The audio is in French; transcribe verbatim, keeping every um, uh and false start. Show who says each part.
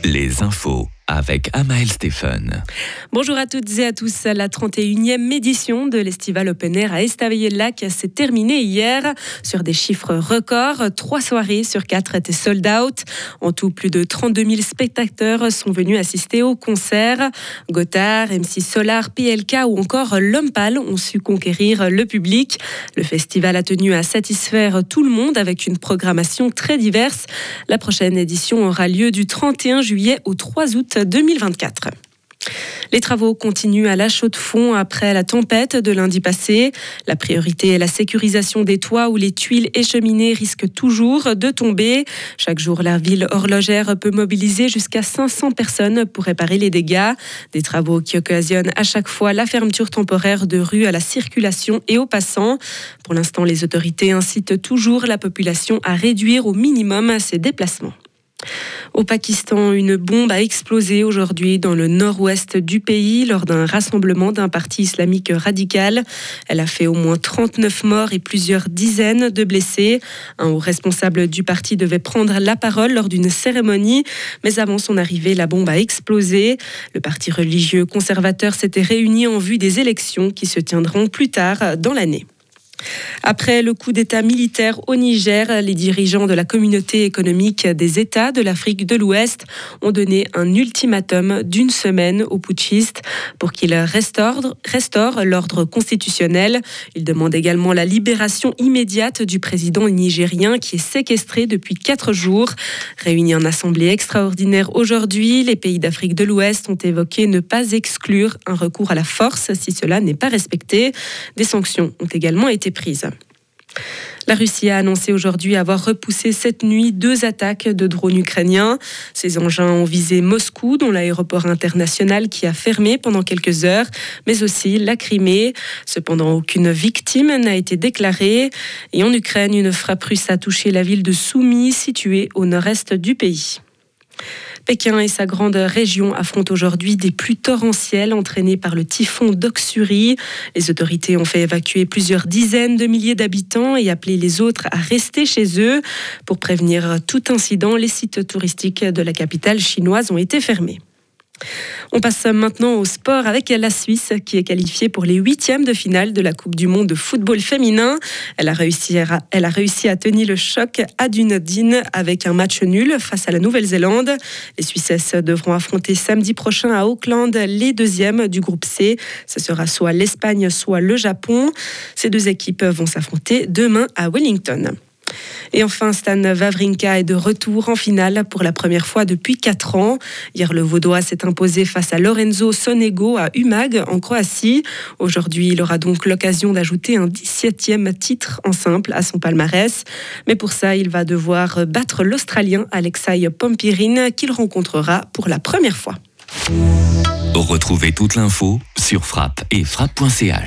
Speaker 1: Les infos avec Amael Stéphane.
Speaker 2: Bonjour à toutes et à tous. La trente et unième édition de l'Estival Open Air à Estavayer-le-Lac s'est terminée hier sur des chiffres records. Trois soirées sur quatre étaient sold out. En tout, plus de trente-deux mille spectateurs sont venus assister au concert. Gotthard, M C Solar, P L K ou encore L'Homme Pâle ont su conquérir le public. Le festival a tenu à satisfaire tout le monde avec une programmation très diverse. La prochaine édition aura lieu du trente et un juillet au trois août deux mille vingt-quatre. Les travaux continuent à la chaux-de-fonds après la tempête de lundi passé. La priorité est la sécurisation des toits où les tuiles et cheminées risquent toujours de tomber. Chaque jour, la ville horlogère peut mobiliser jusqu'à cinq cents personnes pour réparer les dégâts. Des travaux qui occasionnent à chaque fois la fermeture temporaire de rues à la circulation et aux passants. Pour l'instant, les autorités incitent toujours la population à réduire au minimum ses déplacements. Au Pakistan, une bombe a explosé aujourd'hui dans le nord-ouest du pays lors d'un rassemblement d'un parti islamique radical. Elle a fait au moins trente-neuf morts et plusieurs dizaines de blessés. Un haut responsable du parti devait prendre la parole lors d'une cérémonie, mais avant son arrivée, la bombe a explosé. Le parti religieux conservateur s'était réuni en vue des élections qui se tiendront plus tard dans l'année. Après le coup d'État militaire au Niger, les dirigeants de la communauté économique des États de l'Afrique de l'Ouest ont donné un ultimatum d'une semaine aux putschistes pour qu'ils restaurent, restaurent l'ordre constitutionnel. Ils demandent également la libération immédiate du président nigérien qui est séquestré depuis quatre jours. Réunis en assemblée extraordinaire aujourd'hui, les pays d'Afrique de l'Ouest ont évoqué ne pas exclure un recours à la force si cela n'est pas respecté. Des sanctions ont également été prises. La Russie a annoncé aujourd'hui avoir repoussé cette nuit deux attaques de drones ukrainiens. Ces engins ont visé Moscou, dont l'aéroport international qui a fermé pendant quelques heures, mais aussi la Crimée. Cependant, aucune victime n'a été déclarée. Et en Ukraine, une frappe russe a touché la ville de Soumy, située au nord-est du pays. Pékin et sa grande région affrontent aujourd'hui des pluies torrentielles entraînées par le typhon Doksuri. Les autorités ont fait évacuer plusieurs dizaines de milliers d'habitants et appelé les autres à rester chez eux. Pour prévenir tout incident, les sites touristiques de la capitale chinoise ont été fermés. On passe maintenant au sport avec la Suisse qui est qualifiée pour les huitièmes de finale de la Coupe du Monde de football féminin. Elle a réussi à, elle a réussi à tenir le choc à Dunedin avec un match nul face à la Nouvelle-Zélande. Les Suissesses devront affronter samedi prochain à Auckland les deuxièmes du groupe C. Ce sera soit l'Espagne, soit le Japon. Ces deux équipes vont s'affronter demain à Wellington. Et enfin, Stan Wawrinka est de retour en finale pour la première fois depuis quatre ans. Hier, le Vaudois s'est imposé face à Lorenzo Sonego à Umag en Croatie. Aujourd'hui, il aura donc l'occasion d'ajouter un dix-septième titre en simple à son palmarès. Mais pour ça, il va devoir battre l'Australien Alexei Pompirin qu'il rencontrera pour la première fois.
Speaker 1: Retrouvez toute l'info sur frappe et frappe point c h.